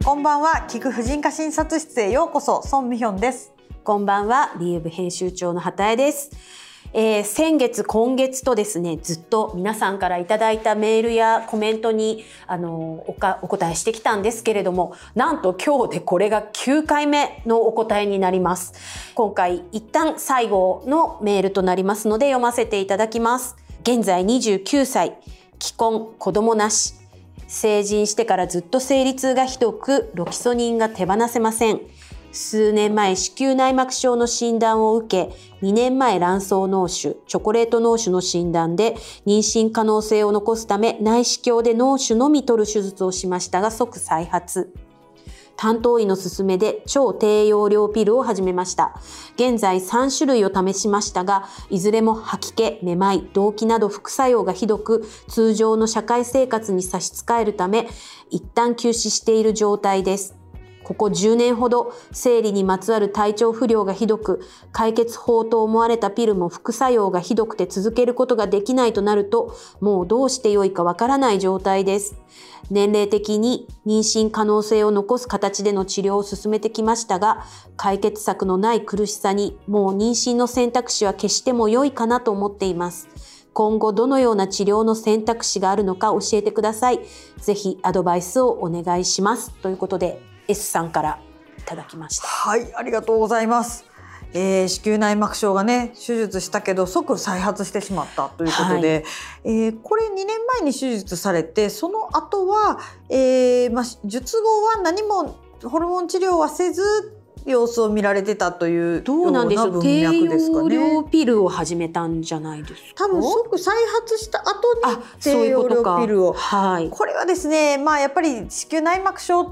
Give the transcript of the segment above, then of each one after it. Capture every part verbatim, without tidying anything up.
こんばんは、聞く婦人科診察室へようこそ。ソンミヒョンです。 こんばんは、リーブ編集長の畑江です。えー、先月今月とですね、ずっと皆さんからいただいたメールやコメントにあのおかお答えしてきたんですけれども、なんと今日でこれがきゅうかいめのお答えになります。今回一旦最後のメールとなりますので読ませていただきます。現在にじゅうきゅうさい、既婚、子供なし、成人してからずっと生理痛がひどく、ロキソニンが手放せません。数年前、子宮内膜症の診断を受け、にねんまえ卵巣脳腫、チョコレート脳腫の診断で妊娠可能性を残すため、内視鏡で脳腫のみ取る手術をしましたが即再発。担当医の勧めで超低用量ピルを始めました。現在さんしゅるいを試しましたが、いずれも吐き気、めまい、動悸など副作用がひどく、通常の社会生活に差し支えるため、一旦休止している状態です。ここじゅうねんほど生理にまつわる体調不良がひどく、解決法と思われたピルも副作用がひどくて続けることができないとなると、もうどうしてよいかわからない状態です。年齢的に妊娠可能性を残す形での治療を進めてきましたが、解決策のない苦しさに、もう妊娠の選択肢は消しても良いかなと思っています。今後どのような治療の選択肢があるのか教えてください。ぜひアドバイスをお願いします。ということで、S さんからいただきました。 はい、ありがとうございます。えー、子宮内膜症がね、手術したけど即再発してしまったということで、はい、えー、これにねんまえに手術されて、その後は、えーまあ、術後は何もホルモン治療はせず様子を見られてたというどうなんでしょう。 ような文脈ですかね。 低用量ピルを始めたんじゃないですか。 多分即再発した後に低用量ピルを。 はい、 これはですね、まあやっぱり子宮内膜症って、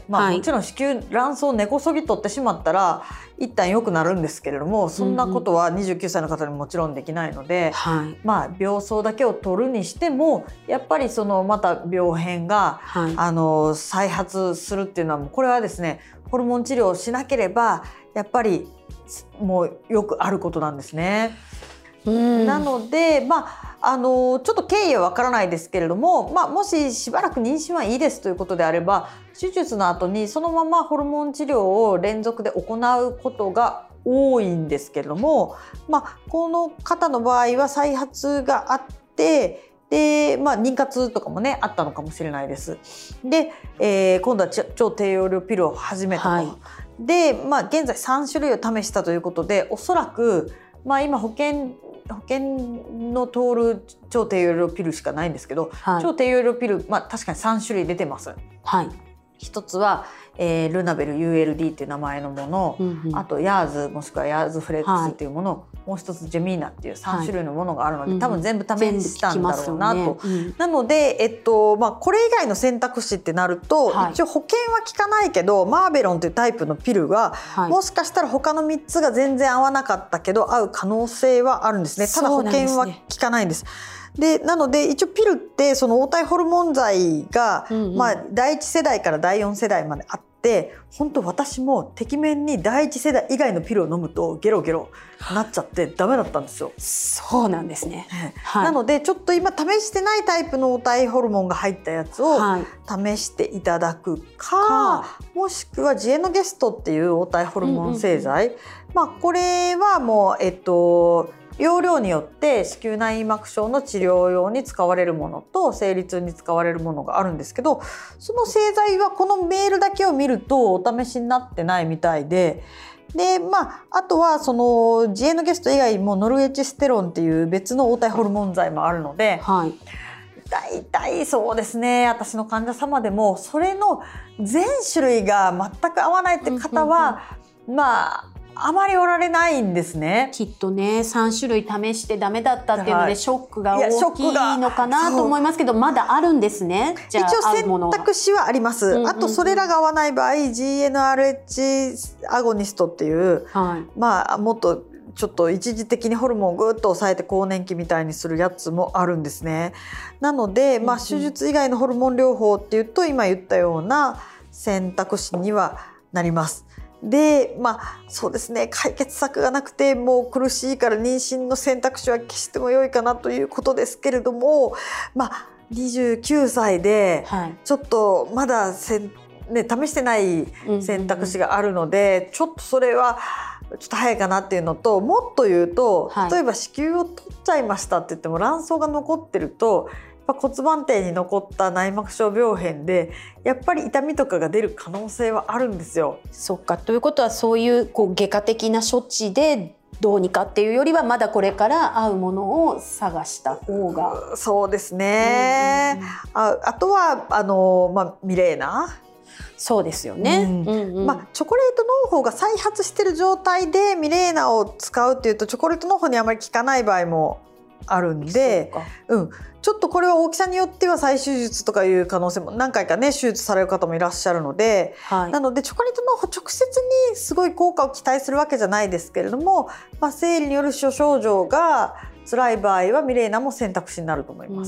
まあ、もちろん子宮卵巣根こそぎ取ってしまったら一旦良くなるんですけれども、そんなことはにじゅうきゅうさいの方にももちろんできないので、 はい、 まあ病巣だけを取るにしてもやっぱりそのまた病変が、はい、あの再発するっていうのはもうこれはですね、ホルモン治療をしなければやっぱりもうよくあることなんですね。うん、なので、まあ、あのちょっと経緯はわからないですけれども、まあ、もししばらく妊娠はいいですということであれば、手術の後にそのままホルモン治療を連続で行うことが多いんですけれども、まあ、この方の場合は再発があってで、まあ、妊活とかもねあったのかもしれないです。で、えー、今度は超低用量ピルを始めたと。はい、で、まあ、現在さんしゅるいを試したということで、おそらく、まあ、今保険保険の通る超低用量ピルしかないんですけど、はい、超低用量ピル、まあ、確かにさんしゅるい出てます。 はい、 一つは、えー、ルナベル ユーエルディー っていう名前のもの、うんうん、あとヤーズもしくはヤーズフレックスっていうもの、はい、もう一つジェミーナっていうさんしゅるいのものがあるので、はい、多分全部試したんだろうなと、ね、うん、なので、えっとまあ、これ以外の選択肢ってなると、はい、一応保険は効かないけどマーベロンっていうタイプのピルが、はい、もしかしたら他のみっつが全然合わなかったけど合う可能性はあるんですね。ただ保険は効かないんです。でなので一応ピルってその黄体ホルモン剤が、うんうん、まあ、だいいち世代からだいよん世代まであって、本当私もてきめんにだいいち世代以外のピルを飲むとゲロゲロなっちゃってダメだったんですよ。 そうなんですね。 はい、なのでちょっと今試してないタイプの黄体ホルモンが入ったやつを試していただくか、はい、もしくはジエノゲストっていう黄体ホルモン製剤、うんうんうん、まあ、これはもうえっと容量によって子宮内膜症の治療用に使われるものと生理痛に使われるものがあるんですけど、その製剤はこのメールだけを見るとお試しになってないみたいで、で、まあ、あとはそのジエノゲスト以外もノルエチステロンっていう別の黄体ホルモン剤もあるので、はい、大体そうですね、私の患者様でもそれの全種類が全く合わないって方は、うんうんうん、まああまりおられないんですね。 きっとね、さんしゅるい試してダメだったっていうのでショックが大きいのかなと思いますけど、まだあるんですね。じゃあ一応選択肢はあります。うんうんうん、あとそれらが合わない場合 ジーエヌアールエイチ アゴニストっていう、はい、まあもっとちょっと一時的にホルモンをぐっと抑えて更年期みたいにするやつもあるんですね。なので、まあ、手術以外のホルモン療法っていうと今言ったような選択肢にはなります。で、まあそうですね、解決策がなくてもう苦しいから妊娠の選択肢は消しても良いかなということですけれども、まあにじゅうきゅうさいでちょっとまだせんね、試してない選択肢があるので、うんうんうん、ちょっとそれはちょっと早いかなっていうのと、もっと言うと、はい、例えば子宮を取っちゃいましたって言っても卵巣が残ってるとやっぱ骨盤底に残った内膜症病変でやっぱり痛みとかが出る可能性はあるんですよ。 そっか、ということはそういう、こう外科的な処置でどうにかっていうよりはまだこれから合うものを探した方が。 そうですね、うんうんうん、あ, あとはあの、まあ、ミレーナ。 そうですよね、うんうんうん、 まあ、チョコレート農法が再発している状態でミレーナを使うっていうとチョコレート農法にあまり効かない場合もあるんで、うん、ちょっとこれは大きさによっては再手術とかいう可能性も何回かね手術される方もいらっしゃるので、はい、なのでチョコレート農法直接にすごい効果を期待するわけじゃないですけれども、まあ、生理による諸症状が辛い場合はミレーナも選択肢になると思います。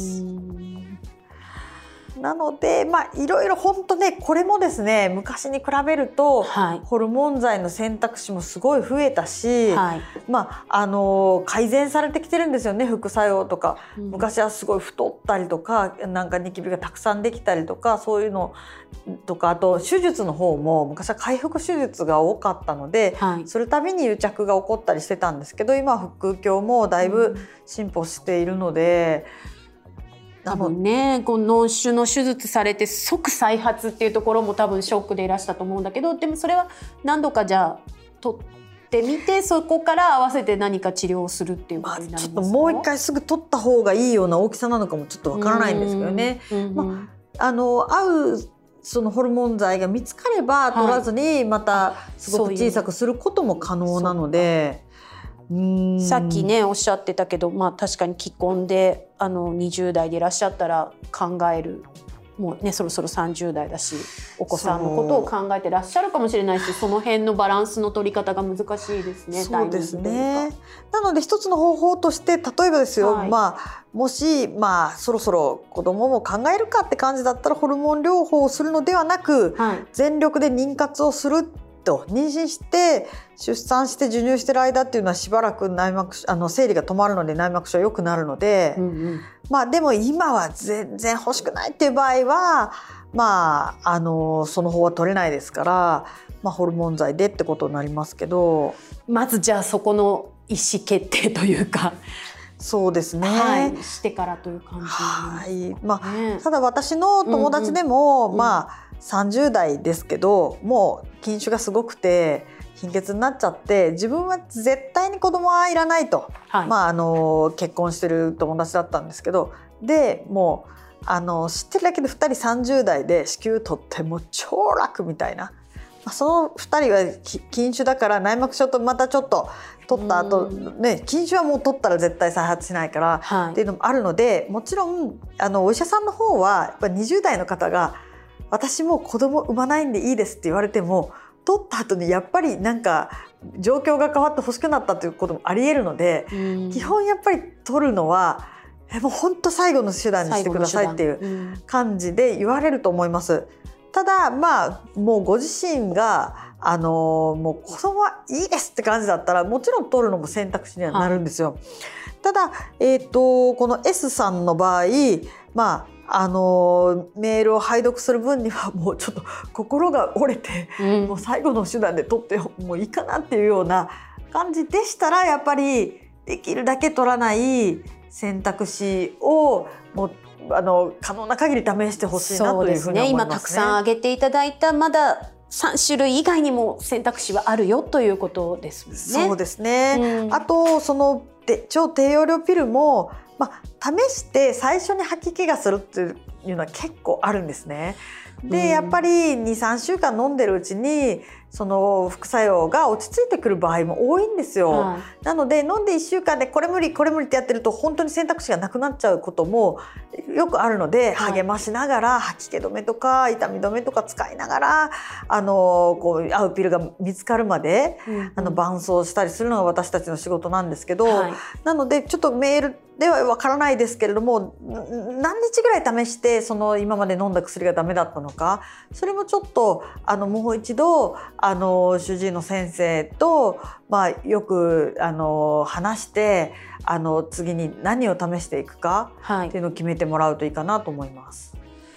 なので、まあ、いろいろ本当ねこれもですね昔に比べると、はい、ホルモン剤の選択肢もすごい増えたし、はい、まあ、あの改善されてきてるんですよね副作用とか、うん、昔はすごい太ったりとかなんかニキビがたくさんできたりとかそういうのとかあと手術の方も昔は開腹手術が多かったので、はい、それ度に癒着が起こったりしてたんですけど今は腹腔鏡もだいぶ進歩しているので、うん多分ね、この脳腫の手術されて即再発っていうところも多分ショックでいらしたと思うんだけど、でもそれは何度かじゃあ取ってみてそこから合わせて何か治療をするっていうことになりますか？まあ、ちょっともう一回すぐ取った方がいいような大きさなのかもちょっとわからないんですけどね、まあ、あの合うそのホルモン剤が見つかれば取らずにまたすごく小さくすることも可能なので、 さっきねおっしゃってたけど、まあ、確かに既婚であのにじゅう代でいらっしゃったら考えるもうねそろそろさんじゅう代だしお子さんのことを考えてらっしゃるかもしれないしその辺のバランスの取り方が難しいですね。 そうですね。なので一つの方法として例えばですよ、はい、まあ、もし、まあ、そろそろ子供も考えるかって感じだったらホルモン療法をするのではなく、はい、全力で妊活をすると妊娠して出産して授乳してる間っていうのはしばらく内膜あの生理が止まるので内膜症良くなるので、うんうん、まあでも今は全然欲しくないっていう場合はまああのその方は取れないですから、まあ、ホルモン剤でってことになりますけど、 まずじゃあそこの意思決定というかそうですね、 はい、してからという感じ、はいまあね、ただ私の友達でも、うんうん、まあさんじゅう代ですけどもう筋腫がすごくて貧血になっちゃって自分は絶対に子供はいらないと、はい、まあ、あの結婚してる友達だったんですけどでもうあの知ってるだけでふたりさんじゅう代で子宮取ってもう超楽みたいな、まあ、そのふたりは筋腫だから内膜症とまたちょっと取った後、ね、筋腫はもう取ったら絶対再発しないから、はい、っていうのもあるのでもちろんあのお医者さんの方はやっぱにじゅう代の方が私もう子供産まないんでいいですって言われても取った後にやっぱりなんか状況が変わって欲しくなったということもありえるので、基本やっぱり取るのはえもう本当最後の手段にしてくださいっていう感じで言われると思います。ただまあもうご自身があのもう子供はいいですって感じだったらもちろん取るのも選択肢にはなるんですよ。はい、ただ、えーと、この S さんの場合まああのメールを拝読する分にはもうちょっと心が折れて、うん、もう最後の手段で取ってもういいかなっていうような感じでしたらやっぱりできるだけ取らない選択肢をもうあの可能な限り試してほしいなというふうに思いますね。 今たくさん挙げていただいたまださん種類以外にも選択肢はあるよということですもんね。 そうですね、うん、あとその超低用量ピルもまあ、試して最初に吐き気がするっていうのは結構あるんですね。でやっぱり にさんしゅうかん飲んでるうちにその副作用が落ち着いてくる場合も多いんですよ。はい、なので飲んでいっしゅうかんでこれ無理これ無理ってやってると本当に選択肢がなくなっちゃうこともよくあるので、はい、励ましながら吐き気止めとか痛み止めとか使いながらあのこう合うピルが見つかるまで、うんうん、あの伴走したりするのが私たちの仕事なんですけど、はい、なのでちょっとメールではわからないですけれども何日ぐらい試してその今まで飲んだ薬がダメだったのかそれもちょっとあのもう一度あの主治医の先生と、まあ、よくあの話してあの次に何を試していくかっていうのを決めてもらうといいかなと思います。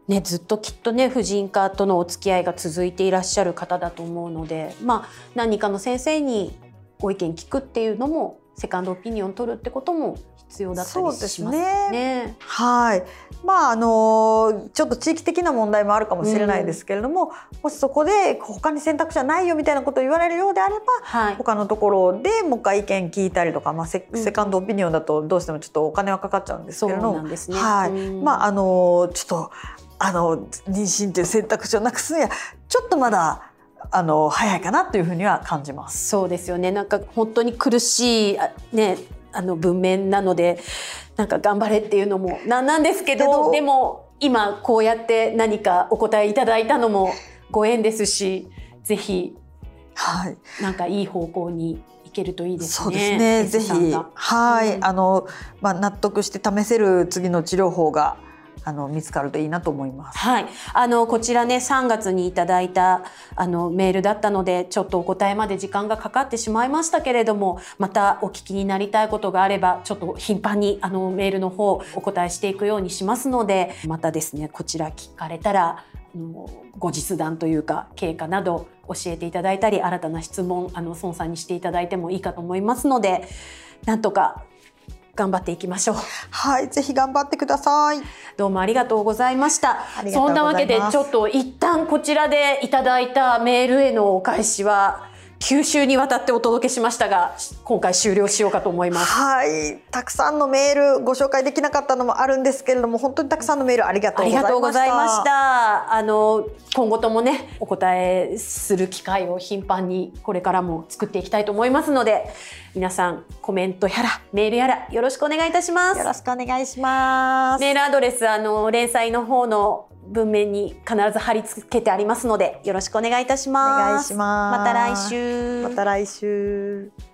ね、ずっときっとね婦人科とのお付き合いが続いていらっしゃる方だと思うので、まあ、何かの先生にご意見聞くっていうのもセカンドオピニオン取るってことも必要だったりしますね。 そうですね。はい。まああのちょっと地域的な問題もあるかもしれないですけれども、うん、もしそこで他に選択肢はないよみたいなことを言われるようであれば、はい、他のところでもう一回意見聞いたりとか、まあ、セ, セカンドオピニオンだとどうしてもちょっとお金はかかっちゃうんですけれども、はい。まああのちょっとあの妊娠という選択肢をなくすにはちょっとまだあの早いかなというふうには感じます。 そうですよね。なんか本当に苦しいね。あの文面なのでなんか頑張れっていうのもなんなんですけど、でも今こうやって何かお答えいただいたのもご縁ですし、ぜひなんかいい方向にいけるといいですね。 そうですね。ぜひはい、うん、あのまあ納得して試せる次の治療法があの見つかるといいなと思います。 はい、あのこちらねさんがつにいただいたあのメールだったのでちょっとお答えまで時間がかかってしまいましたけれども、またお聞きになりたいことがあればちょっと頻繁にあのメールの方お答えしていくようにしますので、またですねこちら聞かれたらあの後日談というか経過など教えていただいたり、新たな質問あの孫さんにしていただいてもいいかと思いますので、なんとか頑張っていきましょう。 はい、ぜひ頑張ってください。 どうもありがとうございました。そんなわけでちょっと一旦こちらでいただいたメールへのお返しはきゅう週にわたってお届けしましたが、今回終了しようかと思います。 はい、たくさんのメールご紹介できなかったのもあるんですけれども、本当にたくさんのメールありがとうございました。 ありがとうございました。あの今後ともねお答えする機会を頻繁にこれからも作っていきたいと思いますので、皆さんコメントやらメールやらよろしくお願いいたします。 よろしくお願いします。 メールアドレスあの連載の方の文面に必ず貼り付けてありますのでよろしくお願いいたします。 お願いします。 また来週。 また来週。